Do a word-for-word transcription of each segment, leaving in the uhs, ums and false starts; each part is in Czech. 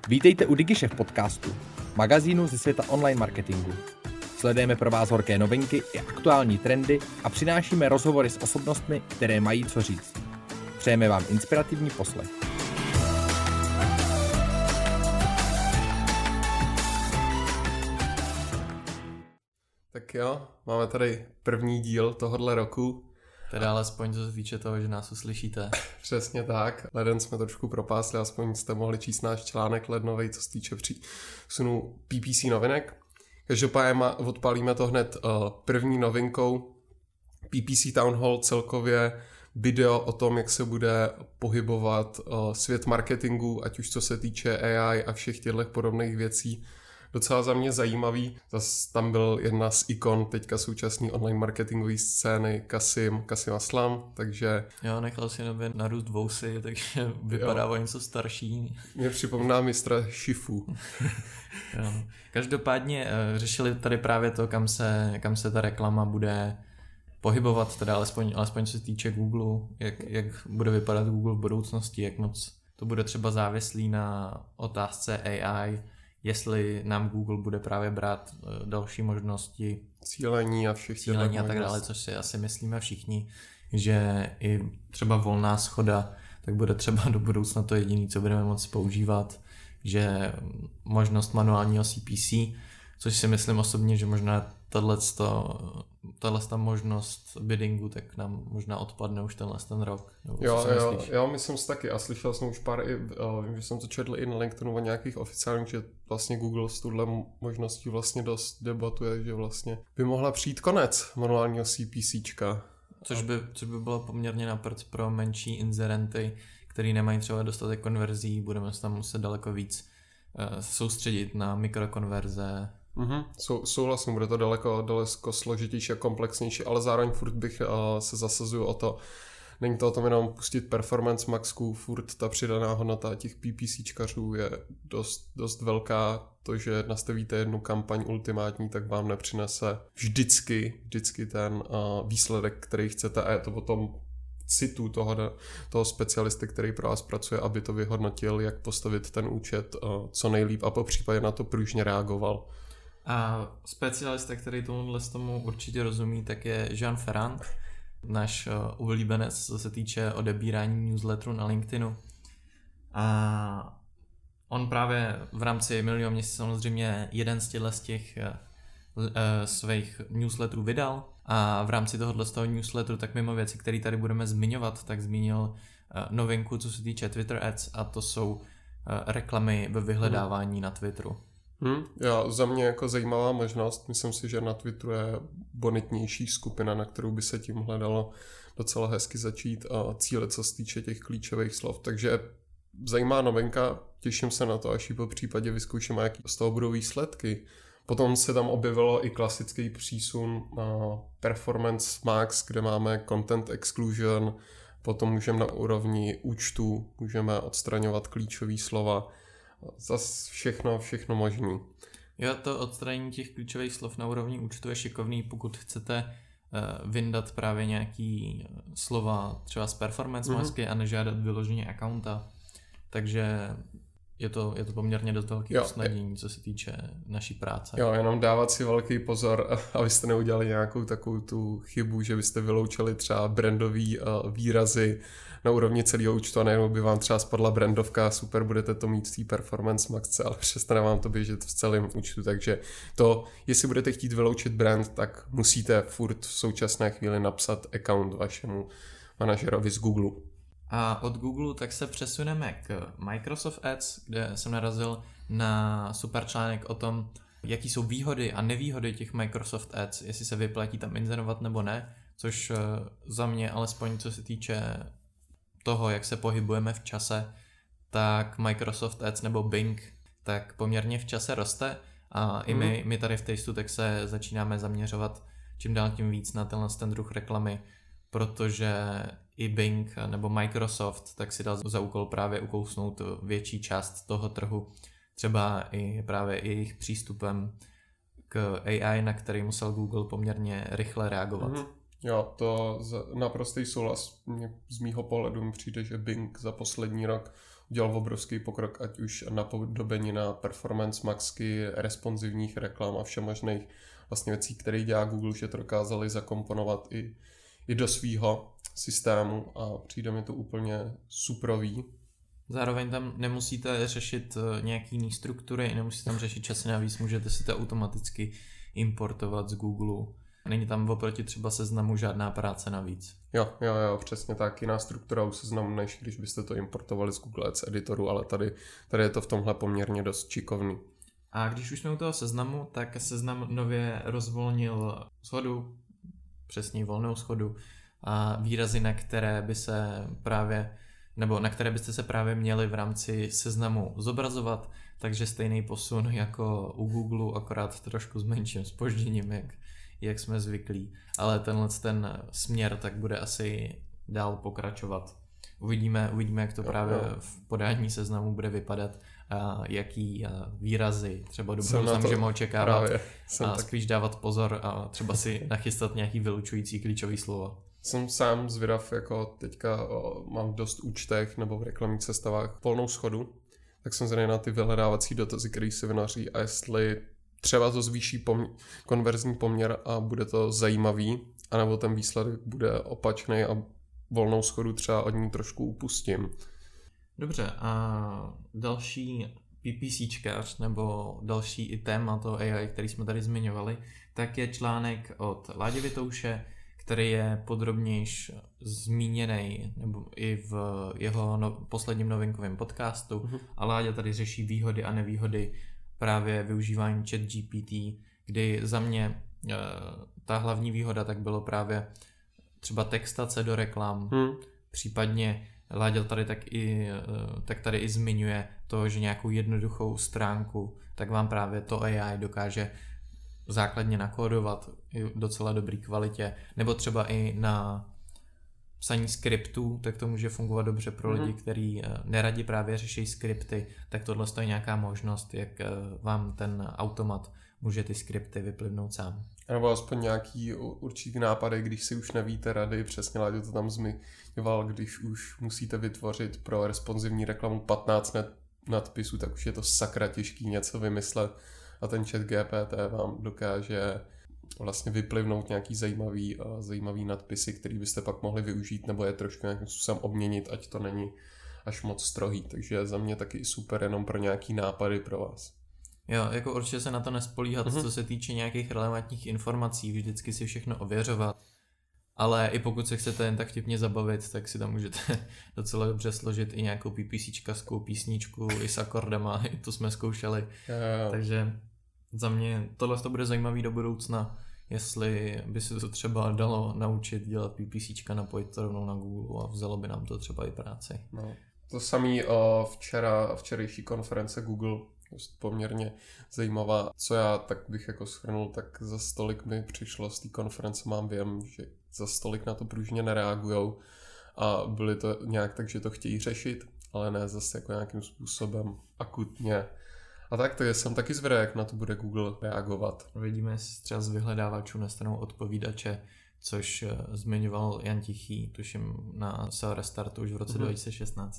Vítejte u DigiShef podcastu, magazínu ze světa online marketingu. Sledujeme pro vás horké novinky i aktuální trendy a přinášíme rozhovory s osobnostmi, které mají co říct. Přejeme vám inspirativní poslech. Tak jo, máme tady první díl tohohle roku. Teda alespoň co se týče toho, že nás uslyšíte. Přesně tak. Leden jsme trošku propásli, aspoň jste mohli číst náš článek lednovej, co se týče přísunu P P C novinek. Každopádně odpálíme to hned uh, první novinkou. P P C Town Hall celkově video o tom, jak se bude pohybovat uh, svět marketingu, ať už co se týče A I a všech těchto podobných věcí. Docela za mě zajímavý. Zase tam byl jedna z ikon teďka současné online marketingové scény Kasim, Kasim Aslam, takže... Jo, nechal si nově narůst vousy, takže vypadá o něco starší. Mě připomíná mistra Shifu. Jo. Každopádně řešili tady právě to, kam se, kam se ta reklama bude pohybovat, teda alespoň, alespoň co se týče Google, jak, jak bude vypadat Google v budoucnosti, jak moc to bude třeba závislý na otázce A I, jestli nám Google bude právě brát další možnosti cílení a všech cílení a tak dále, což si asi myslíme všichni, že i třeba volná schoda, tak bude třeba do budoucna to jediné, co budeme moci používat, že možnost manuálního C P C, což si myslím osobně, že možná tato možnost biddingu, tak nám možná odpadne už tenhle ten rok. Jo, jo, jo, myslím si taky a slyšel jsem už pár, i, uh, že jsem to četl i na LinkedInu o nějakých oficiálních, že vlastně Google s touhle možností vlastně dost debatuje, že vlastně by mohla přijít konec manuálního CPCčka. Což by, což by bylo poměrně na prd pro menší inzerenty, který nemají třeba dostatek konverzí, budeme se tam muset daleko víc uh, soustředit na mikrokonverze. Mm-hmm. Sou, souhlasím, bude to daleko, daleko složitější a komplexnější, ale zároveň furt bych uh, se zasazuju o to, není to o tom jenom pustit performance maxku, furt ta přidaná hodnota těch PPCčkařů je dost, dost velká, to, že nastavíte jednu kampaň ultimátní, tak vám nepřinese vždycky, vždycky ten uh, výsledek, který chcete, a je to potom citu toho, toho specialisty, který pro vás pracuje, aby to vyhodnotil, jak postavit ten účet uh, co nejlíp a po případě na to pružně reagoval. A specialista, který tomuhle z tomu určitě rozumí, tak je Jean Ferrand, náš uh, oblíbenec, co se týče odebírání newsletteru na LinkedInu. A on právě v rámci minulého měsíce samozřejmě jeden z těchto z těch uh, uh, svých newsletterů vydal a v rámci tohohle z toho newsletteru, tak mimo věci, které tady budeme zmiňovat, tak zmínil uh, novinku, co se týče Twitter Ads, a to jsou uh, reklamy ve vyhledávání hmm. na Twitteru. Hmm, já, za mě jako zajímavá možnost, myslím si, že na Twitteru je bonitnější skupina, na kterou by se tím hledalo docela hezky začít a cíle, co se týče těch klíčových slov, takže zajímavá novinka, těším se na to, až ji po případě vyzkoušíme, jaký z toho budou výsledky. Potom se tam objevilo i klasický přísun na Performance Max, kde máme Content Exclusion, potom můžeme na úrovni účtu, můžeme odstraňovat klíčové slova, zas všechno, všechno možný. Jo, to odstranění těch klíčových slov na úrovni účtu je šikovný, pokud chcete uh, vyndat právě nějaký slova třeba z performance mm-hmm. masky a nežádat vyloženě accounta. Takže je to, je to poměrně dost velký usnadnění, co se týče naší práce. Jo, jenom dávat si velký pozor, abyste neudělali nějakou takovou tu chybu, že byste vyloučili třeba brandový uh, výrazy na úrovni celého účtu a nejenom by vám třeba spadla brandovka, super, budete to mít v té performance maxce, ale přestane vám to běžet v celém účtu, takže to, jestli budete chtít vyloučit brand, tak musíte furt v současné chvíli napsat account vašemu manažerovi z Google. A od Google tak se přesuneme k Microsoft Ads, kde jsem narazil na super článek o tom, jaký jsou výhody a nevýhody těch Microsoft Ads, jestli se vyplatí tam inzerovat nebo ne, což za mě, alespoň co se týče toho, jak se pohybujeme v čase, tak Microsoft Ads nebo Bing tak poměrně v čase roste a i my, my tady v Tastu tak se začínáme zaměřovat čím dál tím víc na tenhle ten druh reklamy, protože i Bing nebo Microsoft tak si dal za úkol právě ukousnout větší část toho trhu, třeba i právě i jejich přístupem k A I, na který musel Google poměrně rychle reagovat. Mm-hmm. Jo, to naprostý souhlas. Mně z mýho pohledu mi přijde, že Bing za poslední rok udělal obrovský pokrok, ať už napodobení na performance maxky, responsivních reklam a všemožných vlastně věcí, které dělá Google, že to dokázali zakomponovat i, i do svýho systému a přijde mi to úplně suprový. Zároveň tam nemusíte řešit nějaký jiný struktury, nemusíte tam řešit časy navíc, můžete si to automaticky importovat z Google. Není tam oproti třeba Seznamu žádná práce navíc. Jo, jo, jo, přesně tak. Jiná struktura u Seznamu, než když byste to importovali z Google Ads editoru, ale tady, tady je to v tomhle poměrně dost šikovný. A když už jsme u toho Seznamu, tak Seznam nově rozvolnil shodu, přesně volnou shodu, a výrazy, na které by se právě, nebo na které byste se právě měli v rámci Seznamu zobrazovat, takže stejný posun jako u Google, akorát trošku s menším zpožděním, jak, jak jsme zvyklí. Ale tenhle ten směr tak bude asi dál pokračovat. Uvidíme, uvidíme jak to jo, právě jo. v podání Seznamu bude vypadat, a jaký výrazy třeba do budoucna můžeme očekávat právě, a tak... spíš dávat pozor a třeba si nachystat nějaký vylučující klíčový slovo. Jsem sám zvědav, jako teďka o, mám v dost účtech nebo v reklamních sestavách volnou schodu, tak jsem zvědavý na ty vyhledávací dotazy, které se vynoří a jestli třeba to zvýší pom- konverzní poměr a bude to zajímavý, anebo ten výsledek bude opačný a volnou schodu třeba od ní trošku upustím. Dobře, a další PPCčkař nebo další i téma toho A I, který jsme tady zmiňovali, tak je článek od Láďy Vitouše, který je podrobnějš zmíněný nebo i v jeho no, posledním novinkovém podcastu. Uh-huh. A Láďa tady řeší výhody a nevýhody právě využívání ChatGPT, kdy za mě e, ta hlavní výhoda tak bylo právě třeba textace do reklam, hmm. případně Láďa tady tak, i, tak tady i zmiňuje to, že nějakou jednoduchou stránku, tak vám právě to A I dokáže základně nakódovat v docela dobrý kvalitě, nebo třeba i na psaní skriptů, tak to může fungovat dobře pro lidi, mm-hmm. kteří neradi právě řeší skripty, tak tohle je nějaká možnost, jak vám ten automat může ty skripty vyplivnout sám. Nebo aspoň nějaký určitý nápady, když si už nevíte rady, přesně Láďa to tam zmiňoval, když už musíte vytvořit pro responsivní reklamu patnáct nadpisů, tak už je to sakra těžký něco vymyslet a ten chat G P T vám dokáže vlastně vyplivnout nějaký zajímavý, zajímavý nadpisy, který byste pak mohli využít nebo je trošku nějakým způsobem obměnit, ať to není až moc strohý. Takže za mě taky super jenom pro nějaký nápady pro vás. Jo, jako určitě se na to nespolíhat, mm-hmm. co se týče nějakých relevantních informací, vždycky si všechno ověřovat. Ale i pokud se chcete jen tak vtipně zabavit, tak si tam můžete docela dobře složit i nějakou PPCčkařskou písničku i s akordama, i to jsme zkoušeli. Yeah. Takže za mě tohle to bude zajímavý do budoucna, jestli by se to třeba dalo naučit dělat PPCčka, napojit to rovnou na Google a vzalo by nám to třeba i práci. No. To samý o včera, včerejší konference Google, poměrně zajímavá. Co já tak bych jako shrnul, tak za stolik mi přišlo z té konference, mám věm, že za stolik na to pružně nereagujou a byli to nějak tak, že to chtějí řešit, ale ne zase jako nějakým způsobem akutně. A tak to je, jsem taky zvědavý, jak na to bude Google reagovat. Vidíme, jestli třeba z vyhledávačů nestanou odpovídače, což zmiňoval Jan Tichý, tuším na S E O Restartu už v roce mm-hmm. dva tisíce šestnáct.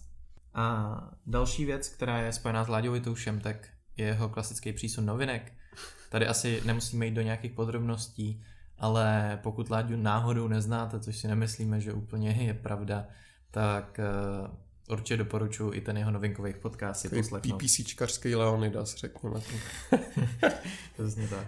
A další věc, která je spojená s Láďou Vitoušem, tak je jeho klasický přísun novinek. Tady asi nemusíme jít do nějakých podrobností, ale pokud Láďu náhodou neznáte, což si nemyslíme, že úplně je pravda, tak uh, určitě doporučuji i ten jeho novinkový podcast si poslechnout. PPCčkařský Leonidas, řekněme to. Přesně tak.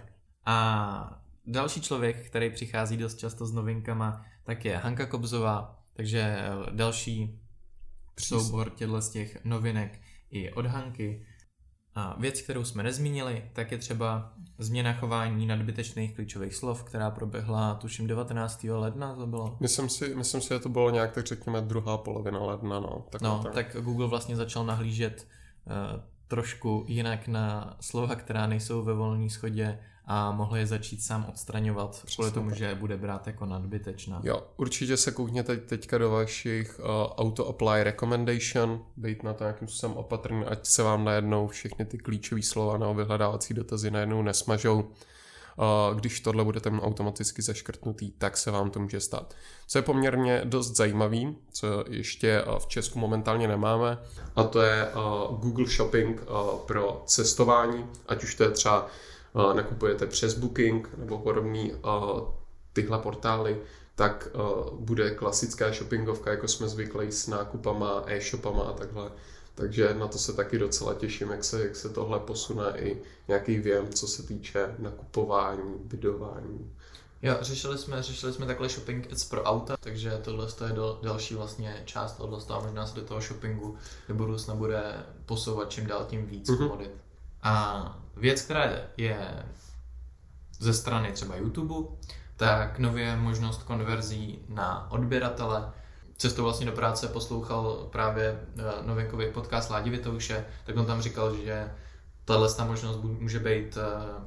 A další člověk, který přichází dost často s novinkama, tak je Hanka Kobzová, takže další soubor těchto z těch novinek i od Hanky. A věc, kterou jsme nezmínili, tak je třeba změna chování nadbytečných klíčových slov, která proběhla tuším devatenáctého ledna to bylo. Myslím si, myslím si, že to bylo nějak tak řekněme druhá polovina ledna. No, tak, no, tak. tak Google vlastně začal nahlížet uh, trošku jinak na slova, která nejsou ve volné shodě a mohl je začít sám odstraňovat kvůli tomu, že bude brát jako nadbytečná. Jo, určitě se koukněte teďka do vašich uh, auto-apply recommendation, dejte na to nějakým způsobem opatrný, ať se vám najednou všechny ty klíčové slova nebo vyhledávací dotazy najednou nesmažou. když tohle budete mít automaticky zaškrtnutý, tak se vám to může stát. Co je poměrně dost zajímavý, co ještě v Česku momentálně nemáme, a to je Google Shopping pro cestování, ať už to je třeba nakupujete přes Booking nebo podobný tyhle portály, tak uh, bude klasická shoppingovka, jako jsme zvyklí s nákupama, e-shopama a takhle. Takže na to se taky docela těším, jak se, jak se tohle posune i nějaký věm, co se týče nakupování, bydování. Jo, řešili jsme, řešili jsme takhle shopping ads pro auta, takže tohle je do, další vlastně část tohle a možná se do toho shoppingu do budoucna bude posouvat čím dál tím víc mm-hmm. komodit. A věc, která je ze strany třeba YouTube, tak nově možnost konverzí na odběratele. Cestou vlastně do práce poslouchal právě novinkový podcast Ládi Vitouše, tak on tam říkal, že tato možnost může být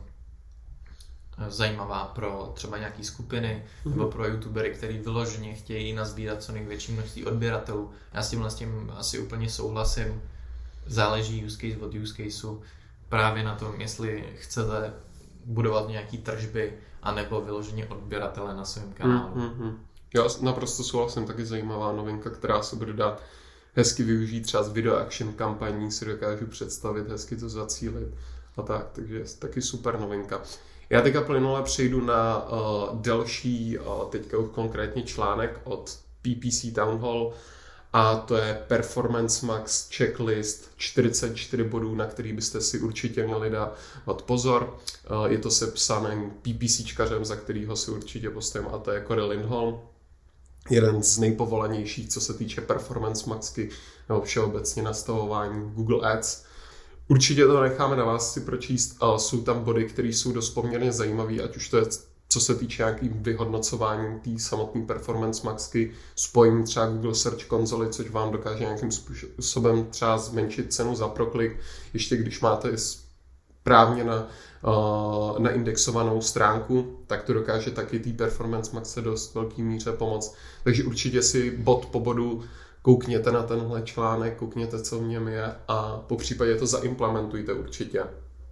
zajímavá pro třeba nějaký skupiny mm-hmm. nebo pro youtubery, který vyloženě chtějí nazbírat co největší množství odběratelů. Já s tímhle s tím asi úplně souhlasím. Záleží use case od use caseu právě na tom, jestli chcete budovat nějaký tržby anebo vyloženě odběratele na svém kanálu. Mm-hmm. Já naprosto souhlasím, taky zajímavá novinka, která se bude dát hezky využít třeba z video action kampaní, si dokážu představit, hezky to zacílit a tak, takže taky super novinka. Já teďka plynule přejdu na uh, delší, uh, teďka už konkrétně článek od P P C Town Hall, a to je Performance Max Checklist, čtyřicet čtyři bodů, na který byste si určitě měli dát pozor. Je to sepsaný PPCčkařem, za kterýho si určitě postavím, a to je Corey Lindholm. Jeden z nejpovolanějších, co se týče Performance Maxky nebo všeobecně nastavování Google Ads. Určitě to necháme na vás si pročíst. Jsou tam body, které jsou dost poměrně zajímavé, ať už to je co se týče nějaký vyhodnocování té samotné Performance Maxky, spojím třeba Google Search Console, což vám dokáže nějakým způsobem třeba zmenšit cenu za proklik, ještě když máte správně na, uh, naindexovanou stránku, tak to dokáže taky té Performance Maxce dost velký míře pomoct. Takže určitě si bod po bodu koukněte na tenhle článek, koukněte, co v něm je, a po případě to zaimplementujte určitě.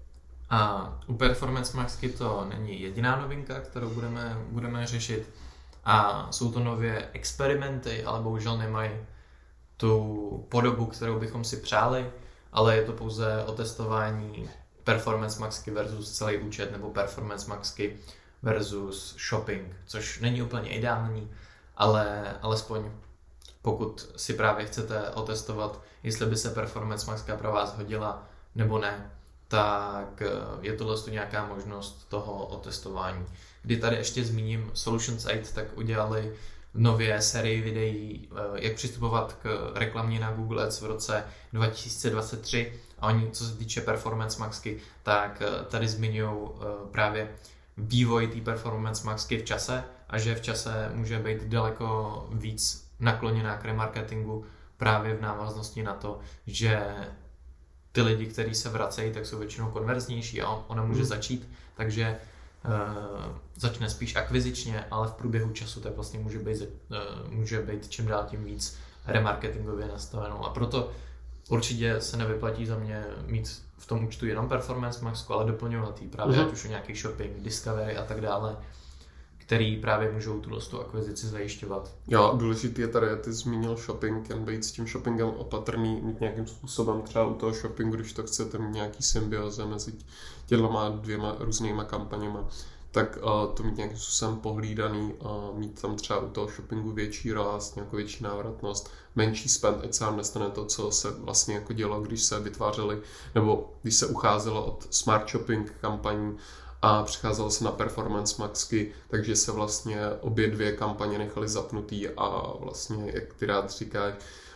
A u Performance Maxky to není jediná novinka, kterou budeme, budeme řešit. A jsou to nově experimenty, ale bohužel nemají tu podobu, kterou bychom si přáli, ale je to pouze o testování Performance Maxky versus celý účet nebo Performance Maxky versus shopping, což není úplně ideální, ale alespoň pokud si právě chcete otestovat, jestli by se Performance Maxka pro vás hodila nebo ne, tak je tohle nějaká možnost toho otestování. Kdy tady ještě zmíním Solutions osm, tak udělali nově sérii videí, jak přistupovat k reklamě na Google Ads v roce dva tisíce dvacet tři, a oni, co se týče Performance Maxky, tak tady zmiňují právě vývoj té Performance Maxky v čase a že v čase může být daleko víc nakloněná k remarketingu právě v návaznosti na to, že ty lidi, kteří se vracejí, tak jsou většinou konverznější a ona může začít, takže uh, začne spíš akvizičně, ale v průběhu času tak vlastně může být, uh, může být čím dál tím víc remarketingově nastavenou. A proto určitě se nevyplatí za mě mít v tom účtu jenom Performance Maxku, ale doplňovat jí právě uh-huh. ať už o nějaký shopping, discovery a tak dále, který právě můžou tuhle tu akvizici zajišťovat. Jo, důležitý je tady, ty zmínil shopping, jen být s tím shoppingem opatrný, mít nějakým způsobem třeba u toho shoppingu, když to chcete mít nějaký symbioze mezi těma dvěma různýma kampaněma, tak uh, to mít nějakým způsobem pohlídaný, uh, mít tam třeba u toho shoppingu větší ráz, nějakou větší návratnost, menší spend, ať se vám nestane to, co se vlastně jako dělo, když se vytvářely, nebo když se ucházelo od smart shopping kampaní a přicházelo se na Performance Maxky, takže se vlastně obě dvě kampaně nechaly zapnutý a vlastně, jak ty rád říkáš,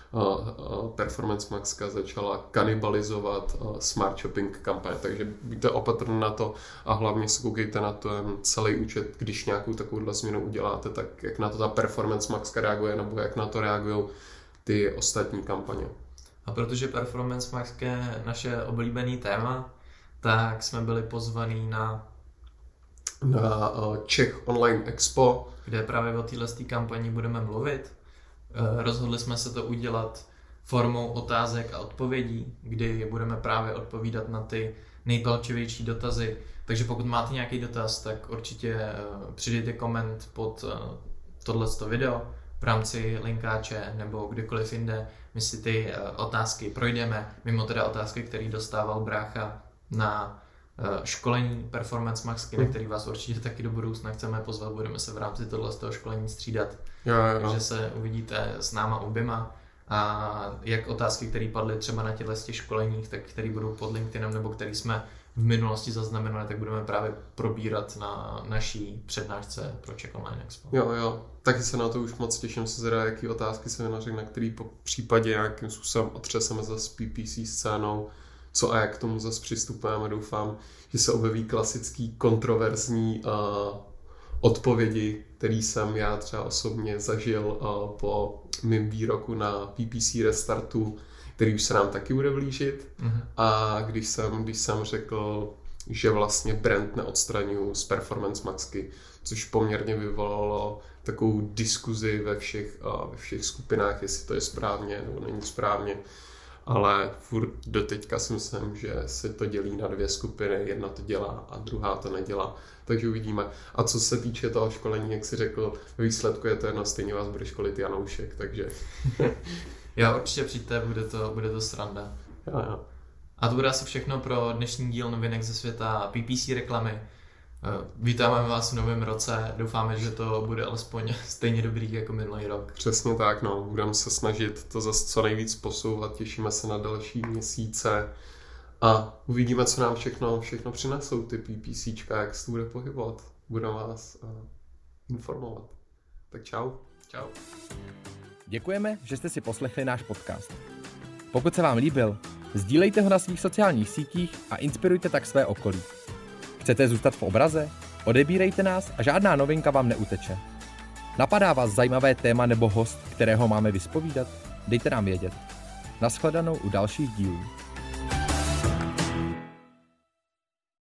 Performance Maxka začala kanibalizovat Smart Shopping kampaně, takže buďte opatrní na to a hlavně se koukejte na ten celý účet, když nějakou takovouhle změnu uděláte, tak jak na to ta Performance Maxka reaguje nebo jak na to reagují ty ostatní kampaně. A protože Performance Max je naše oblíbený téma, tak jsme byli pozvaní na na Czech Online Expo, kde právě o této kampani budeme mluvit. Rozhodli jsme se to udělat formou otázek a odpovědí, kdy budeme právě odpovídat na ty nejpalčivější dotazy. Takže pokud máte nějaký dotaz, tak určitě přidejte koment pod tohleto video v rámci linkáče nebo kdekoliv jinde. My si ty otázky projdeme, mimo teda otázky, které dostával brácha na školení Performance Maxky, na který vás určitě taky do budoucna chceme pozvat, budeme se v rámci tohleto školení střídat. Jo, jo. Takže se uvidíte s náma oběma. A jak otázky, které padly třeba na těchto těch školeních, tak které budou pod LinkedInem nebo které jsme v minulosti zaznamenali, tak budeme právě probírat na naší přednášce pro Czech Online Expo. Jo, jo, taky se na to už moc těším, se zda, jaký otázky se vynařím, na který po případě nějakým způsobem otřeseme zase P P C scénou, co a jak k tomu zase přistupujeme. Doufám, že se objeví klasický kontroverzní uh, odpovědi, který jsem já třeba osobně zažil uh, po mým výroku na P P C restartu, který už se nám taky bude blížit. Mm-hmm. A když jsem, když jsem řekl, že vlastně brand neodstraňuji z Performance Maxky, což poměrně vyvolalo takovou diskuzi ve všech, uh, ve všech skupinách, jestli to je správně nebo není správně. Ale furt doteďka si myslím, že se to dělí na dvě skupiny, jedna to dělá a druhá to nedělá, takže uvidíme. A co se týče toho školení, jak jsi řekl, ve výsledku je to jedno, stejně vás bude školit Janoušek, takže... Jo, určitě přijďte, bude to, bude to sranda. Jo, jo. A to bude asi všechno pro dnešní díl novinek ze světa P P C reklamy. Vítáme vás v novém roce, doufáme, že to bude alespoň stejně dobrý jako minulý rok. Přesně tak, no, budeme se snažit to zase co nejvíc posouvat, těšíme se na další měsíce a uvidíme, co nám všechno, všechno přinesou ty PPCčka, jak se to bude pohybovat. Budeme vás uh, informovat. Tak čau. Čau. Děkujeme, že jste si poslechli náš podcast. Pokud se vám líbil, sdílejte ho na svých sociálních sítích a inspirujte tak své okolí. Chcete zůstat v obraze? Odebírejte nás a žádná novinka vám neuteče. Napadá vás zajímavé téma nebo host, kterého máme vyspovídat? Dejte nám vědět. Nashledanou u dalších dílů.